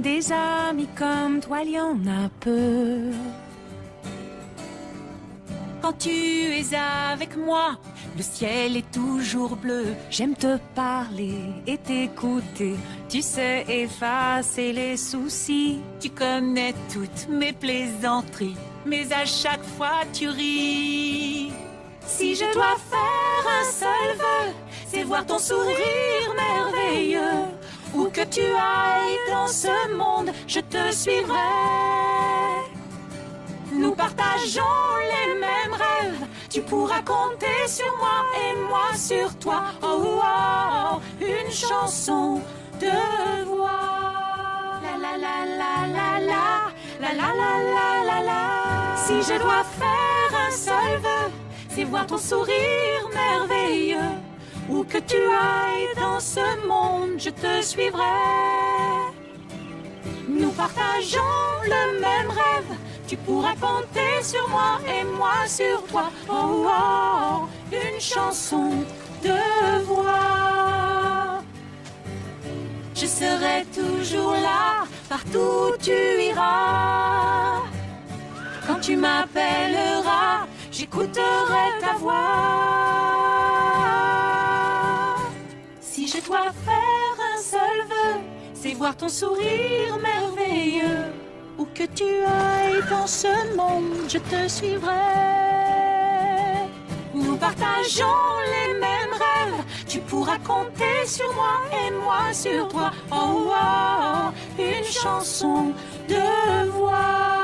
Des amis comme toi, il y en a peu. Quand tu es avec moi, le ciel est toujours bleu. J'aime te parler et t'écouter. Tu sais effacer les soucis. Tu connais toutes mes plaisanteries, mais à chaque fois tu ris. Si je dois faire un seul vœu, c'est voir ton sourire merveilleux. Où que tu ailles dans ce monde, je te suivrai. Nous partageons les mêmes rêves. Tu pourras compter sur moi et moi sur toi. Oh, oh, oh, une chanson de voix. La la la la la la, la la la la la la. Si je dois faire un seul vœu, c'est voir ton sourire merveilleux. Où que tu ailles dans ce monde, je te suivrai. Nous partageons le même rêve. Tu pourras compter sur moi et moi sur toi. Oh, oh, oh, une chanson de voix. Je serai toujours là, partout où tu iras. Quand tu m'appelleras, j'écouterai ta voix. Si je dois faire un seul vœu, c'est voir ton sourire merveilleux. Où que tu ailles dans ce monde, je te suivrai. Nous partageons les mêmes rêves. Tu pourras compter sur moi et moi sur toi. Oh, oh, oh, une chanson de voix.